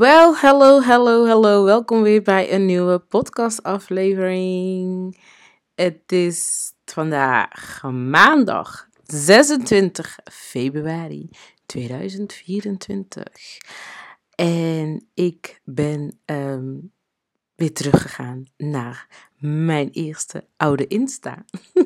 Well, hallo. Welkom weer bij een nieuwe podcastaflevering. Het is vandaag maandag 26 februari 2024. En ik ben weer teruggegaan naar mijn eerste oude Insta.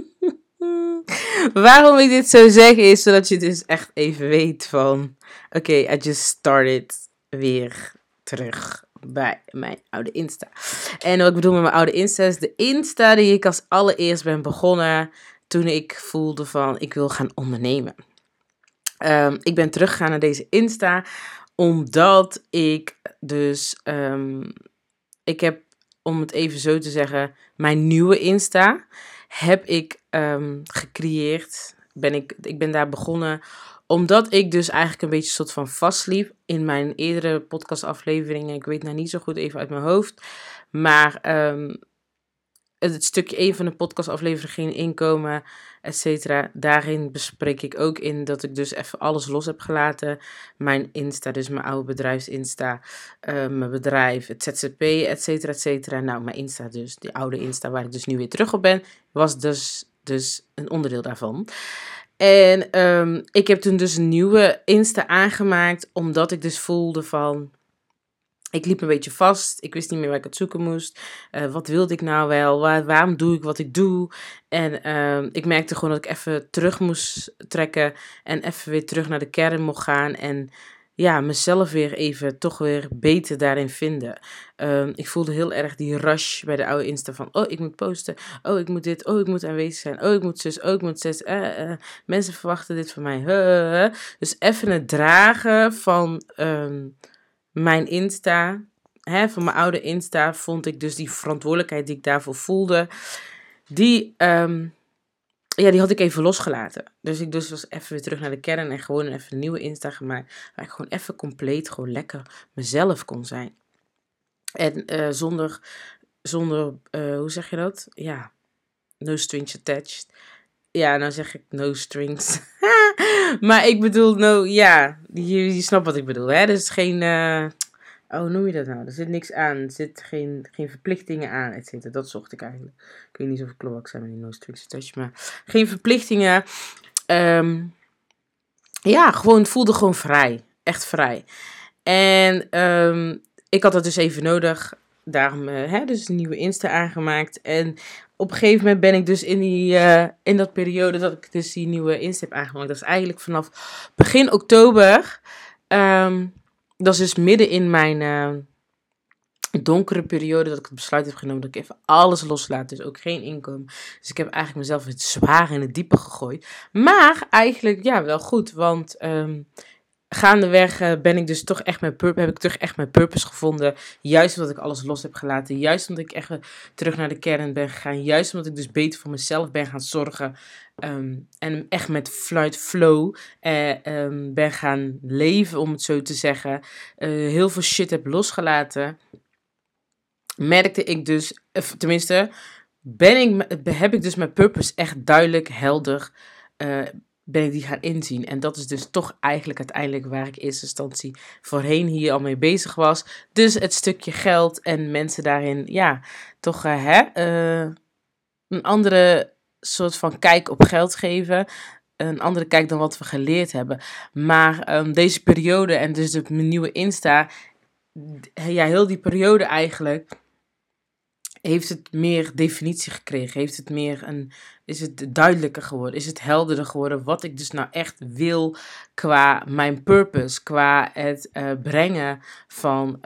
Waarom ik dit zo zeg is zodat je dus echt even weet van... Oké, I just started weer terug bij mijn oude Insta. En wat ik bedoel met mijn oude Insta is de Insta die ik als allereerst ben begonnen toen ik voelde van ik wil gaan ondernemen. Ik ben teruggegaan naar deze Insta omdat ik dus... ik heb, om het even zo te zeggen, mijn nieuwe Insta heb ik gecreëerd. Ik ben daar begonnen omdat ik dus eigenlijk een beetje soort van vastliep in mijn eerdere podcastafleveringen. Ik weet nou niet zo goed even uit mijn hoofd. Maar het stukje 1 van de podcastaflevering ging inkomen, et cetera. Daarin bespreek ik ook in dat ik dus even alles los heb gelaten. Mijn Insta, dus mijn oude bedrijfs-Insta, mijn bedrijf, het ZZP, et cetera, et cetera. Nou, mijn Insta dus, die oude Insta waar ik dus nu weer terug op ben, was dus een onderdeel daarvan. En ik heb toen dus een nieuwe Insta aangemaakt, omdat ik dus voelde van... Ik liep een beetje vast. Ik wist niet meer waar ik het zoeken moest. Wat wilde ik nou wel? Waarom doe ik wat ik doe? En ik merkte gewoon dat ik even terug moest trekken. En even weer terug naar de kern mocht gaan. En ja, mezelf weer even toch weer beter daarin vinden. Ik voelde heel erg die rush bij de oude Insta van... Oh, ik moet posten. Oh, ik moet dit. Oh, ik moet aanwezig zijn. Oh, ik moet zus. Oh, ik moet zus. Mensen verwachten dit van mij. Dus even het dragen van... mijn Insta, van mijn oude Insta, vond ik dus die verantwoordelijkheid die ik daarvoor voelde, die had ik even losgelaten. Dus ik was even weer terug naar de kern en gewoon even een nieuwe Insta gemaakt, waar ik gewoon even compleet, gewoon lekker mezelf kon zijn. En zonder hoe zeg je dat? Ja, no strings attached. Ja, nou zeg ik no strings. Maar ik bedoel, je snapt wat ik bedoel, hè? Dus geen, hoe noem je dat nou? Er zit niks aan, er zit geen verplichtingen aan, et cetera. Dat zocht ik eigenlijk. Ik weet niet of ik klok zijn met die no strings attached, maar geen verplichtingen. Gewoon, het voelde gewoon vrij. Echt vrij. En ik had dat dus even nodig. Daarom dus een nieuwe Insta aangemaakt. En op een gegeven moment ben ik dus in dat periode dat ik dus die nieuwe Insta heb aangemaakt. Dat is eigenlijk vanaf begin oktober. Dat is dus midden in mijn donkere periode dat ik het besluit heb genomen dat ik even alles loslaat. Dus ook geen inkomen. Dus ik heb eigenlijk mezelf het zwaar in het diepe gegooid. Maar eigenlijk ja, wel goed. Want... gaandeweg heb ik toch echt mijn purpose gevonden. Juist omdat ik alles los heb gelaten. Juist omdat ik echt terug naar de kern ben gegaan. Juist omdat ik dus beter voor mezelf ben gaan zorgen. En echt met flow ben gaan leven, om het zo te zeggen. Heel veel shit heb losgelaten. Merkte ik dus, tenminste, heb ik dus mijn purpose echt duidelijk, helder ben ik die gaan inzien. En dat is dus toch eigenlijk uiteindelijk waar ik in eerste instantie voorheen hier al mee bezig was. Dus het stukje geld en mensen daarin, ja, toch een andere soort van kijk op geld geven. Een andere kijk dan wat we geleerd hebben. Maar deze periode en dus mijn nieuwe Insta, ja, heel die periode eigenlijk... heeft het meer definitie gekregen? Is het duidelijker geworden? Is het helderder geworden wat ik dus nou echt wil qua mijn purpose? Qua het brengen van,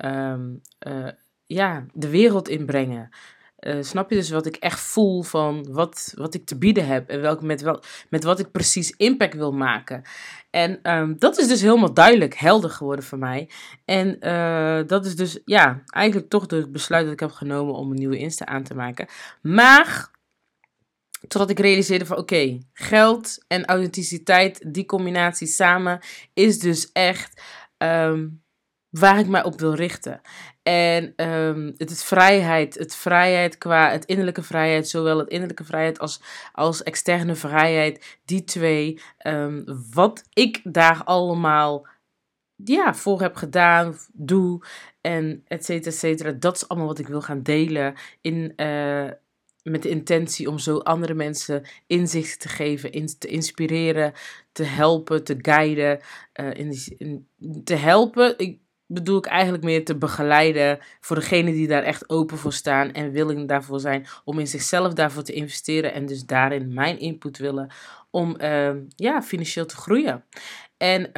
de wereld inbrengen. Snap je dus wat ik echt voel van wat ik te bieden heb en met wat ik precies impact wil maken. En dat is dus helemaal duidelijk, helder geworden voor mij. En dat is dus ja, eigenlijk toch het besluit dat ik heb genomen om een nieuwe Insta aan te maken. Maar totdat ik realiseerde van oké, geld en authenticiteit, die combinatie samen is dus echt waar ik mij op wil richten. En het is vrijheid qua het innerlijke vrijheid, zowel het innerlijke vrijheid als externe vrijheid, die twee, wat ik daar allemaal voor heb gedaan, doe en et cetera, et cetera. Dat is allemaal wat ik wil gaan delen met de intentie om zo andere mensen inzicht te geven, te inspireren, te helpen, te guiden, te helpen. Bedoel ik eigenlijk meer te begeleiden voor degenen die daar echt open voor staan en willing daarvoor zijn om in zichzelf daarvoor te investeren en dus daarin mijn input willen om financieel te groeien. En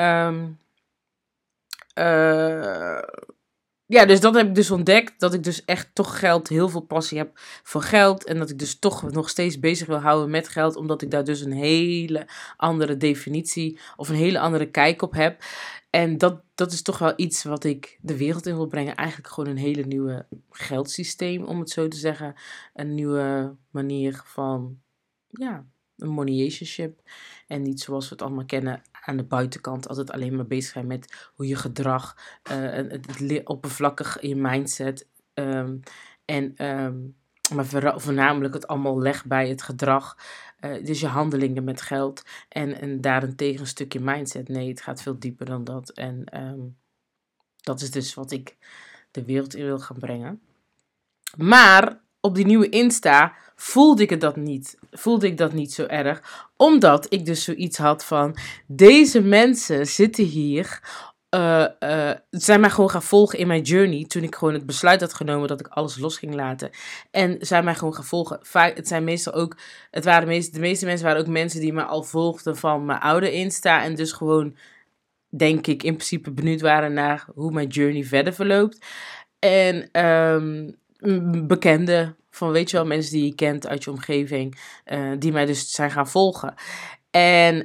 dus dat heb ik dus ontdekt. Dat ik dus echt toch heel veel passie heb voor geld. En dat ik dus toch nog steeds bezig wil houden met geld. Omdat ik daar dus een hele andere definitie of een hele andere kijk op heb. En dat is toch wel iets wat ik de wereld in wil brengen. Eigenlijk gewoon een hele nieuwe geldsysteem, om het zo te zeggen. Een nieuwe manier van, een money-relationship. En niet zoals we het allemaal kennen aan de buitenkant. Altijd alleen maar bezig zijn met hoe je gedrag, het oppervlakkig in je mindset. Maar voornamelijk het allemaal legt bij het gedrag. Dus je handelingen met geld. En daarentegen een stukje mindset. Nee, het gaat veel dieper dan dat. En dat is dus wat ik de wereld in wil gaan brengen. Maar op die nieuwe Insta voelde ik dat niet zo erg. Omdat ik dus zoiets had van, deze mensen zitten hier, zijn mij gewoon gaan volgen in mijn journey. Toen ik gewoon het besluit had genomen dat ik alles los ging laten. En zijn mij gewoon gaan volgen. De meeste mensen waren ook mensen die me al volgden van mijn oude Insta. En dus gewoon, denk ik, in principe benieuwd waren naar hoe mijn journey verder verloopt. En bekenden, van weet je wel, mensen die je kent uit je omgeving, die mij dus zijn gaan volgen. En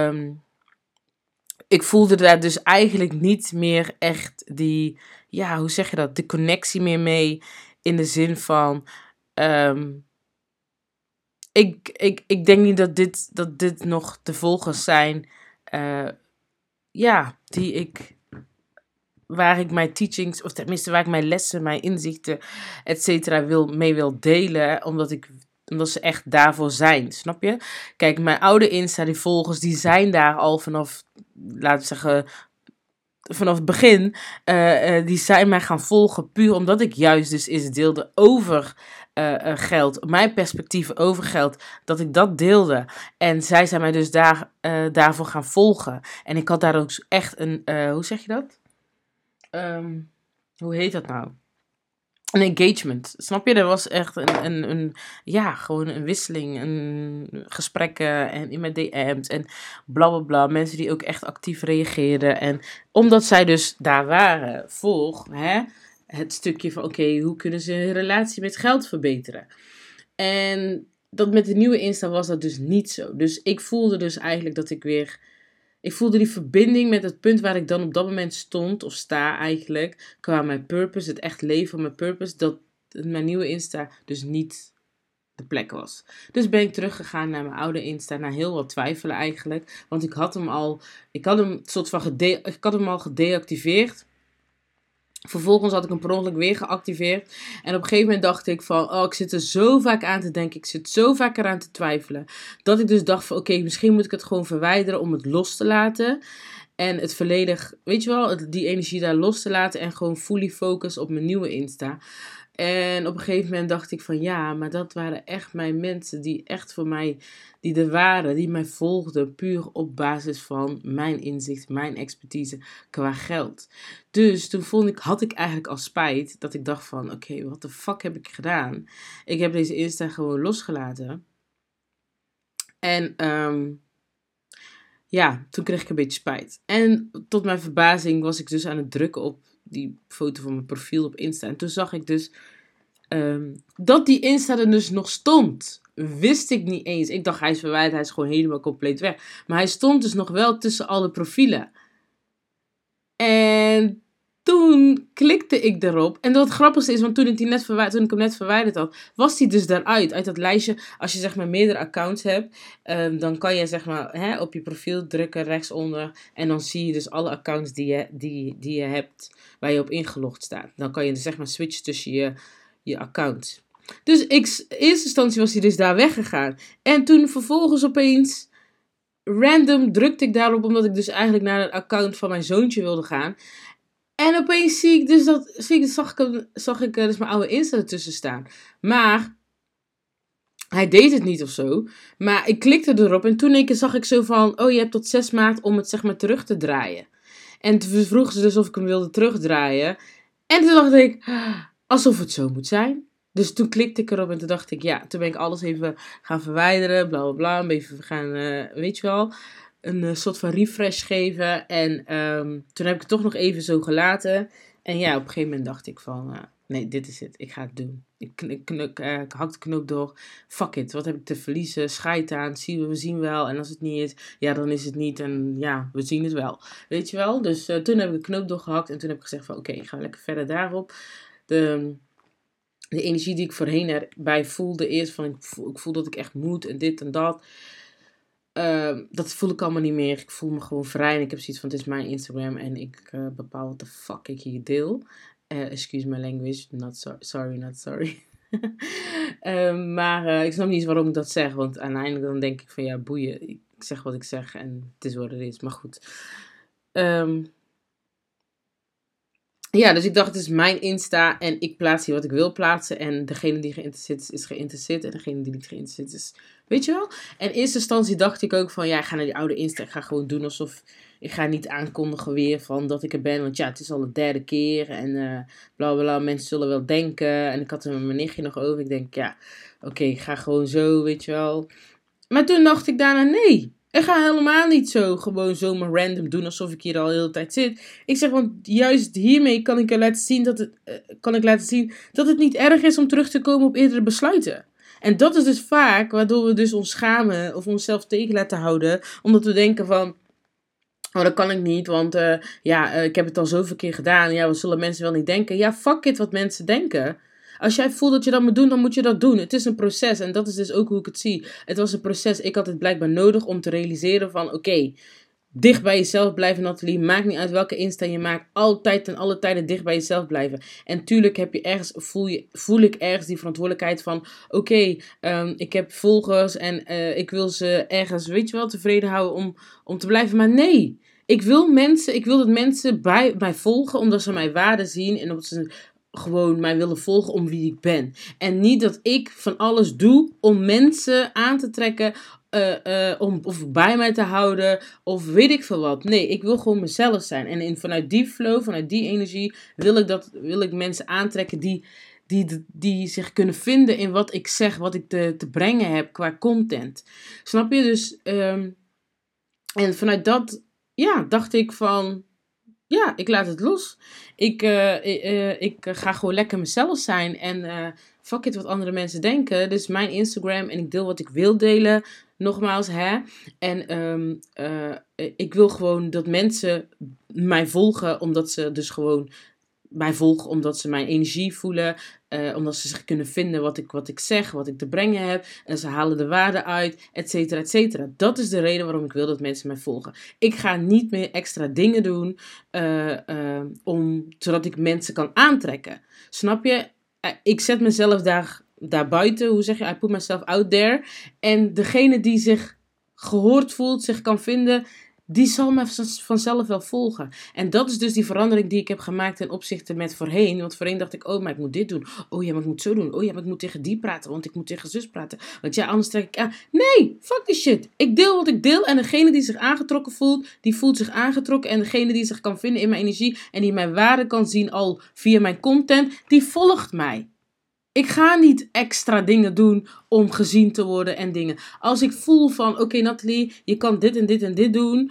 ik voelde daar dus eigenlijk niet meer echt die, hoe zeg je dat, de connectie meer mee, in de zin van, ik denk niet dat dit nog de volgers zijn, waar ik mijn teachings, of tenminste waar ik mijn lessen, mijn inzichten, et cetera, mee wil delen, omdat ze echt daarvoor zijn, snap je? Kijk, mijn oude Insta, die volgers, die zijn daar al vanaf, laten we zeggen, vanaf het begin, die zijn mij gaan volgen, puur omdat ik juist dus iets deelde over geld, mijn perspectieven over geld, dat ik dat deelde. En zij zijn mij dus daarvoor gaan volgen. En ik had daar ook echt een, hoe zeg je dat? Hoe heet dat nou? Een engagement. Snap je? Er was echt gewoon een wisseling, een gesprekken en in mijn DM's en bla bla bla. Mensen die ook echt actief reageerden. En omdat zij dus daar waren, het stukje van oké, hoe kunnen ze hun relatie met geld verbeteren? En dat met de nieuwe Insta was dat dus niet zo. Dus ik voelde dus eigenlijk dat ik voelde die verbinding met het punt waar ik dan op dat moment stond, of sta eigenlijk, qua mijn purpose, het echt leven van mijn purpose, dat mijn nieuwe Insta dus niet de plek was. Dus ben ik teruggegaan naar mijn oude Insta, na heel wat twijfelen eigenlijk, want ik had hem al gedeactiveerd. Vervolgens had ik hem per ongeluk weer geactiveerd. En op een gegeven moment dacht ik van, ik zit er zo vaak aan te denken. Ik zit zo vaak eraan te twijfelen. Dat ik dus dacht van, oké, misschien moet ik het gewoon verwijderen om het los te laten. En het volledig, weet je wel, die energie daar los te laten. En gewoon fully focus op mijn nieuwe Insta. En op een gegeven moment dacht ik van, maar dat waren echt mijn mensen die echt voor mij, die er waren, die mij volgden, puur op basis van mijn inzicht, mijn expertise qua geld. Dus toen had ik eigenlijk al spijt dat ik dacht van, oké, wat de fuck heb ik gedaan? Ik heb deze Insta gewoon losgelaten. En toen kreeg ik een beetje spijt. En tot mijn verbazing was ik dus aan het drukken op die foto van mijn profiel op Insta. En toen zag ik dus dat die Insta er dus nog stond. Wist ik niet eens. Ik dacht, hij is verwijderd, hij is gewoon helemaal compleet weg. Maar hij stond dus nog wel tussen alle profielen. En toen klikte ik erop. En wat het grappigste is, want toen ik hem net verwijderd had, was hij dus daaruit. Uit dat lijstje. Als je zeg maar meerdere accounts hebt, dan kan je zeg maar op je profiel drukken rechtsonder. En dan zie je dus alle accounts die je hebt, waar je op ingelogd staat. Dan kan je dus zeg maar switchen tussen je accounts. Dus in eerste instantie was hij dus daar weggegaan. En toen vervolgens opeens random drukte ik daarop, omdat ik dus eigenlijk naar het account van mijn zoontje wilde gaan. En opeens zie ik dus zag ik dus mijn oude Insta ertussen staan. Maar hij deed het niet of zo. Maar ik klikte erop en toen zag ik zo van, oh, je hebt tot 6 maart om het zeg maar terug te draaien. En toen vroeg ze dus of ik hem wilde terugdraaien. En toen dacht ik, alsof het zo moet zijn. Dus toen klikte ik erop en toen dacht ik, ja, toen ben ik alles even gaan verwijderen, bla bla bla. Even gaan, weet je wel, een soort van refresh geven. En toen heb ik het toch nog even zo gelaten. En ja, op een gegeven moment dacht ik van, nee, dit is het, ik ga het doen. Ik hak de knoop door. Fuck it, wat heb ik te verliezen? Scheid aan, we zien wel. En als het niet is, ja, dan is het niet. En ja, we zien het wel. Weet je wel? Dus toen heb ik de knoop doorgehakt. En toen heb ik gezegd van, oké, ik ga lekker verder daarop. De energie die ik voorheen erbij voelde, eerst van, ik voel dat ik echt moet en dit en dat. Dat voel ik allemaal niet meer. Ik voel me gewoon vrij. En ik heb zoiets van, het is mijn Instagram. En ik bepaal wat de fuck ik hier deel. Excuse my language. Sorry, not sorry. Maar ik snap niet eens waarom ik dat zeg. Want uiteindelijk dan denk ik van, ja, boeien. Ik zeg wat ik zeg. En het is wat het is. Maar goed. Ja, dus ik dacht, het is mijn Insta en ik plaats hier wat ik wil plaatsen. En degene die geïnteresseerd is geïnteresseerd. En degene die niet geïnteresseerd is, weet je wel. En in eerste instantie dacht ik ook van, ja, ik ga naar die oude Insta. Ik ga gewoon doen alsof, ik ga niet aankondigen weer van dat ik er ben. Want ja, het is al de 3e keer. En bla bla bla, mensen zullen wel denken. En ik had er met mijn nichtje nog over. Ik denk, ja, oké, ik ga gewoon zo, weet je wel. Maar toen dacht ik daarna, nee. Ik ga helemaal niet zo gewoon zomaar random doen alsof ik hier al de hele tijd zit. Ik zeg, want juist hiermee kan ik laten zien dat het niet erg is om terug te komen op eerdere besluiten. En dat is dus vaak waardoor we dus ons schamen of onszelf tegen laten houden. Omdat we denken van, oh, dat kan ik niet, want ik heb het al zoveel keer gedaan. Ja, wat zullen mensen wel niet denken? Ja, fuck it wat mensen denken. Als jij voelt dat je dat moet doen, dan moet je dat doen. Het is een proces en dat is dus ook hoe ik het zie. Het was een proces. Ik had het blijkbaar nodig om te realiseren van, oké, dicht bij jezelf blijven, Nathalie. Maakt niet uit welke Insta je maakt. Altijd en alle tijden dicht bij jezelf blijven. En tuurlijk heb je ergens, voel ik ergens die verantwoordelijkheid van, oké, ik heb volgers en ik wil ze ergens, weet je wel, tevreden houden om te blijven. Maar nee, ik wil dat mensen bij mij volgen omdat ze mijn waarde zien en omdat ze gewoon mij willen volgen om wie ik ben. En niet dat ik van alles doe om mensen aan te trekken, of bij mij te houden, of weet ik veel wat. Nee, ik wil gewoon mezelf zijn. En vanuit die flow, vanuit die energie, wil ik mensen aantrekken die zich kunnen vinden in wat ik zeg, wat ik te brengen heb qua content. Snap je? Dus, en vanuit dat, ja, dacht ik van, ja, ik laat het los. Ik ga gewoon lekker mezelf zijn. En fuck it wat andere mensen denken. Dit is mijn Instagram en ik deel wat ik wil delen. Nogmaals, hè. En ik wil gewoon dat mensen mij volgen. Omdat ze dus gewoon mij volgen. Omdat ze mijn energie voelen. Omdat ze zich kunnen vinden wat ik zeg. Wat ik te brengen heb. En ze halen de waarde uit. Etcetera, etcetera. Dat is de reden waarom ik wil dat mensen mij volgen. Ik ga niet meer extra dingen doen. Zodat ik mensen kan aantrekken. Snap je? Ik zet mezelf daar buiten. Hoe zeg je? I put myself out there. En degene die zich gehoord voelt, zich kan vinden, die zal me vanzelf wel volgen. En dat is dus die verandering die ik heb gemaakt ten opzichte met voorheen. Want voorheen dacht ik, oh, maar ik moet dit doen. Oh ja, maar ik moet zo doen. Oh ja, maar ik moet tegen die praten, want ik moet tegen zus praten. Want ja, anders trek ik aan. Nee, fuck die shit. Ik deel wat ik deel. En degene die zich aangetrokken voelt, die voelt zich aangetrokken. En degene die zich kan vinden in mijn energie en die mijn waarde kan zien al via mijn content, die volgt mij. Ik ga niet extra dingen doen om gezien te worden en dingen. Als ik voel van, oké, Nathalie, je kan dit en dit en dit doen.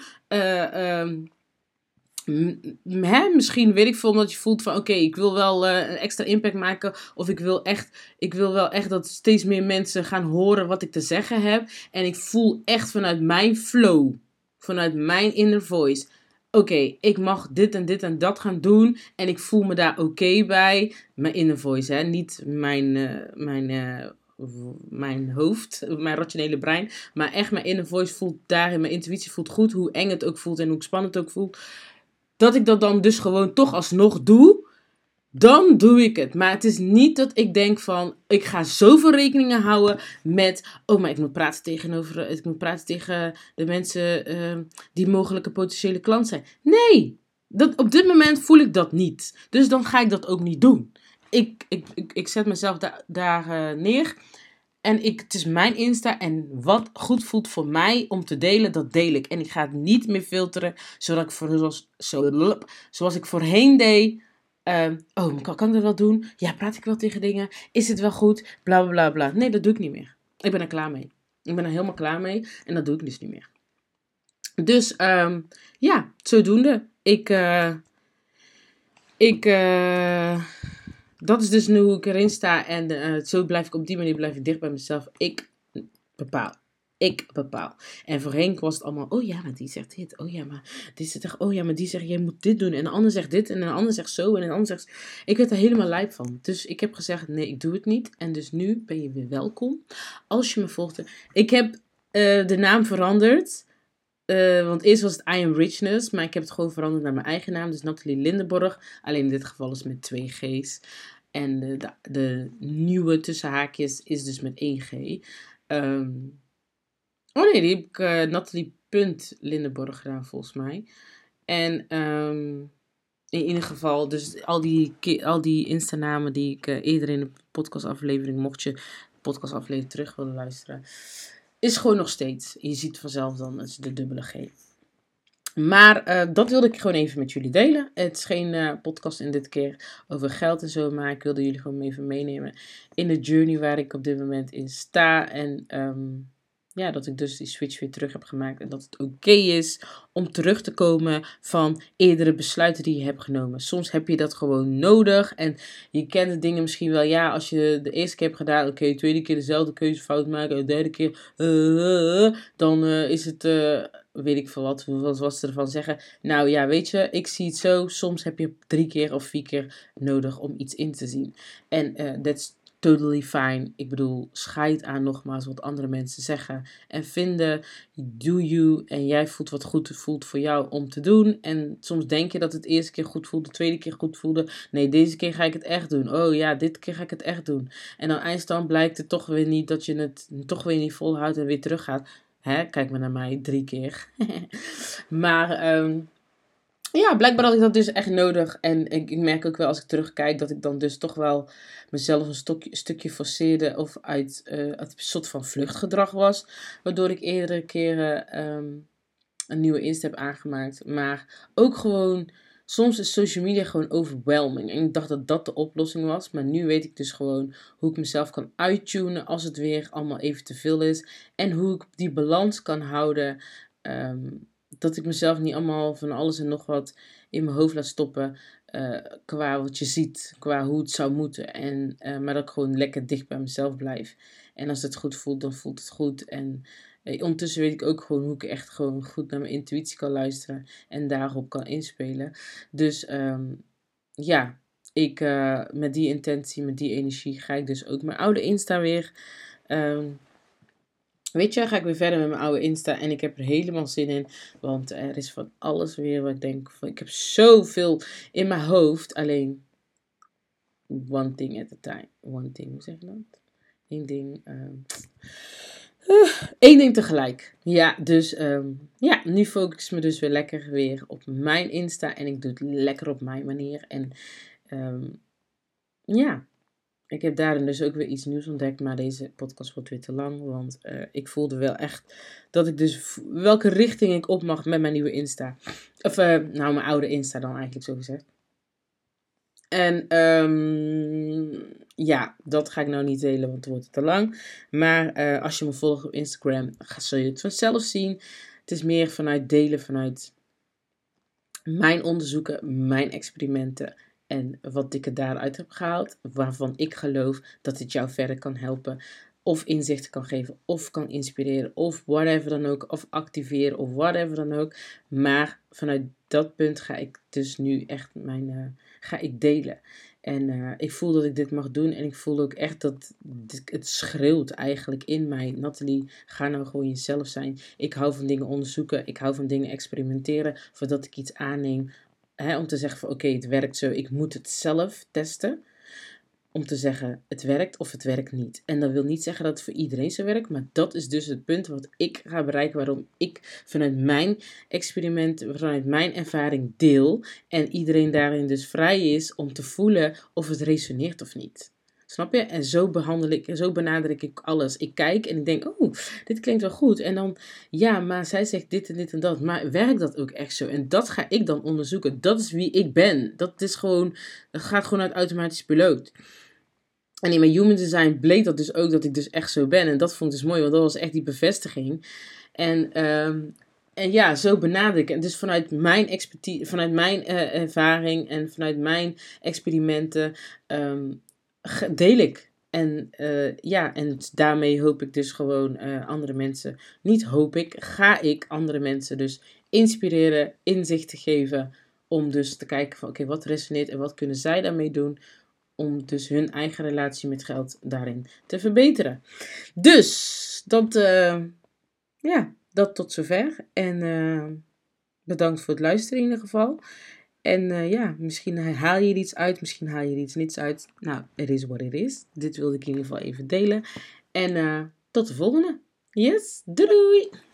Misschien weet ik veel, omdat je voelt van, oké, ik wil wel een extra impact maken. Of ik wil wel echt dat steeds meer mensen gaan horen wat ik te zeggen heb. En ik voel echt vanuit mijn flow, vanuit mijn inner voice, oké, ik mag dit en dit en dat gaan doen. En ik voel me daar oké bij. Mijn inner voice, hè. Niet mijn hoofd, mijn rationele brein. Maar echt mijn inner voice voelt daarin. Mijn intuïtie voelt goed. Hoe eng het ook voelt en hoe spannend het ook voelt. Dat ik dat dan dus gewoon toch alsnog doe. dan doe ik het. Maar het is niet dat ik denk van, ik ga zoveel rekeningen houden met, oh, maar ik moet praten tegen de mensen die mogelijke potentiële klant zijn. Nee, op dit moment voel ik dat niet. Dus dan ga ik dat ook niet doen. Ik zet mezelf daar neer. En het is mijn Insta. En wat goed voelt voor mij om te delen, dat deel ik. En ik ga het niet meer filteren. Zoals ik voorheen deed. Kan ik dat wel doen? Ja, praat ik wel tegen dingen? Is het wel goed? Bla bla bla bla. Nee, dat doe ik niet meer. Ik ben er klaar mee. Ik ben er helemaal klaar mee. En dat doe ik dus niet meer. Dus ja, zodoende. Dat is dus nu hoe ik erin sta. En zo blijf ik op die manier dicht bij mezelf. Ik bepaal. En voorheen was het allemaal, oh ja, maar die zegt dit. Oh ja, maar die zegt, oh ja, maar die zegt, jij moet dit doen. En de ander zegt dit. En de ander zegt zo. En de ander zegt, ik werd er helemaal lijp van. Dus ik heb gezegd, nee, ik doe het niet. En dus nu ben je weer welkom. Als je me volgt. Ik heb de naam veranderd. Want eerst was het I Am Richness. Maar ik heb het gewoon veranderd naar mijn eigen naam. Dus Nathalie Lindenborg. Alleen in dit geval is met 2 G's. En de nieuwe tussen haakjes is dus met 1 G. Oh nee, die heb ik Nathalie.Lindenborg gedaan volgens mij. En in ieder geval, dus al die Insta-namen die ik eerder in de podcastaflevering, mocht je de podcastaflevering terug willen luisteren, is gewoon nog steeds. Je ziet vanzelf dan, het is de dubbele G. Maar dat wilde ik gewoon even met jullie delen. Het is geen podcast in dit keer over geld en zo, maar ik wilde jullie gewoon even meenemen in de journey waar ik op dit moment in sta. En ja, dat ik dus die switch weer terug heb gemaakt. En dat het oké is om terug te komen van eerdere besluiten die je hebt genomen. Soms heb je dat gewoon nodig. En je kent de dingen misschien wel. Ja, als je de eerste keer hebt gedaan, oké, de tweede keer dezelfde keuzefout maken. De derde keer, dan is het, weet ik veel wat ze ervan zeggen. Nou ja, weet je, ik zie het zo. Soms heb je 3 keer of 4 keer nodig om iets in te zien. En that's totally fine. Ik bedoel, scheid aan nogmaals wat andere mensen zeggen. En vinden, do you. En jij voelt wat goed voelt voor jou om te doen. En soms denk je dat het de eerste keer goed voelt, de tweede keer goed voelde. Nee, deze keer ga ik het echt doen. Oh ja, dit keer ga ik het echt doen. En dan eindstand blijkt het toch weer niet dat je het toch weer niet volhoudt en weer teruggaat. Kijk maar naar mij, 3 keer. Maar ja, blijkbaar had ik dat dus echt nodig. En ik merk ook wel als ik terugkijk dat ik dan dus toch wel mezelf een stukje forceerde of uit het soort van vluchtgedrag was. Waardoor ik eerdere keren een nieuwe Insta heb aangemaakt. Maar ook gewoon, soms is social media gewoon overwhelming. En ik dacht dat dat de oplossing was. Maar nu weet ik dus gewoon hoe ik mezelf kan uittunen als het weer allemaal even te veel is. En hoe ik die balans kan houden. Dat ik mezelf niet allemaal van alles en nog wat in mijn hoofd laat stoppen. Qua wat je ziet, qua hoe het zou moeten. Maar dat ik gewoon lekker dicht bij mezelf blijf. En als het goed voelt, dan voelt het goed. En ondertussen weet ik ook gewoon hoe ik echt gewoon goed naar mijn intuïtie kan luisteren. En daarop kan inspelen. Dus ja, met die intentie, met die energie ga ik dus ook mijn oude Insta weer. Weet je, ga ik weer verder met mijn oude Insta. En ik heb er helemaal zin in. Want er is van alles weer wat ik denk van. Ik heb zoveel in mijn hoofd. Alleen one thing at a time. One thing, hoe zeg je dat? Eén ding. Eén ding tegelijk. Ja, dus ja, nu focus ik me dus weer lekker weer op mijn Insta. En ik doe het lekker op mijn manier. En ja. Ik heb daarin dus ook weer iets nieuws ontdekt, maar deze podcast wordt weer te lang. Want ik voelde wel echt dat ik dus welke richting ik op mag met mijn nieuwe Insta. Of mijn oude Insta dan eigenlijk zo gezegd. En ja, dat ga ik nou niet delen, want het wordt te lang. Maar als je me volgt op Instagram, zul je het vanzelf zien. Het is meer vanuit delen, vanuit mijn onderzoeken, mijn experimenten. En wat ik er daaruit heb gehaald, waarvan ik geloof dat het jou verder kan helpen. Of inzichten kan geven, of kan inspireren, of whatever dan ook. Of activeren, of whatever dan ook. Maar vanuit dat punt ga ik dus nu echt ga ik delen. En ik voel dat ik dit mag doen. En ik voel ook echt dat het schreeuwt eigenlijk in mij. Nathalie, ga nou gewoon jezelf zijn. Ik hou van dingen onderzoeken. Ik hou van dingen experimenteren. Voordat ik iets aanneem. om te zeggen van oké, het werkt zo, ik moet het zelf testen. Om te zeggen, het werkt of het werkt niet. En dat wil niet zeggen dat het voor iedereen zo werkt. Maar dat is dus het punt wat ik ga bereiken. Waarom ik vanuit mijn experiment, vanuit mijn ervaring deel. En iedereen daarin dus vrij is om te voelen of het resoneert of niet. Snap je? En zo benadruk ik alles. Ik kijk en ik denk, oh, dit klinkt wel goed. En dan, ja, maar zij zegt dit en dit en dat. Maar werkt dat ook echt zo? En dat ga ik dan onderzoeken. Dat is wie ik ben. Dat gaat gewoon uit automatisch piloot. En in mijn human design bleek dat dus ook dat ik dus echt zo ben. En dat vond ik dus mooi, want dat was echt die bevestiging. En ja, zo benader ik. En dus vanuit mijn expertise, vanuit mijn ervaring en vanuit mijn experimenten deel ik. En ja, en daarmee hoop ik dus gewoon andere mensen, niet hoop ik, ga ik andere mensen dus inspireren, inzichten geven. Om dus te kijken van oké, wat resoneert en wat kunnen zij daarmee doen. Om dus hun eigen relatie met geld daarin te verbeteren. Dus, dat tot zover. En bedankt voor het luisteren in ieder geval. En ja, misschien haal je er iets uit, misschien haal je er iets niets uit. Nou, it is what it is. Dit wilde ik in ieder geval even delen. En tot de volgende. Yes, doei doei!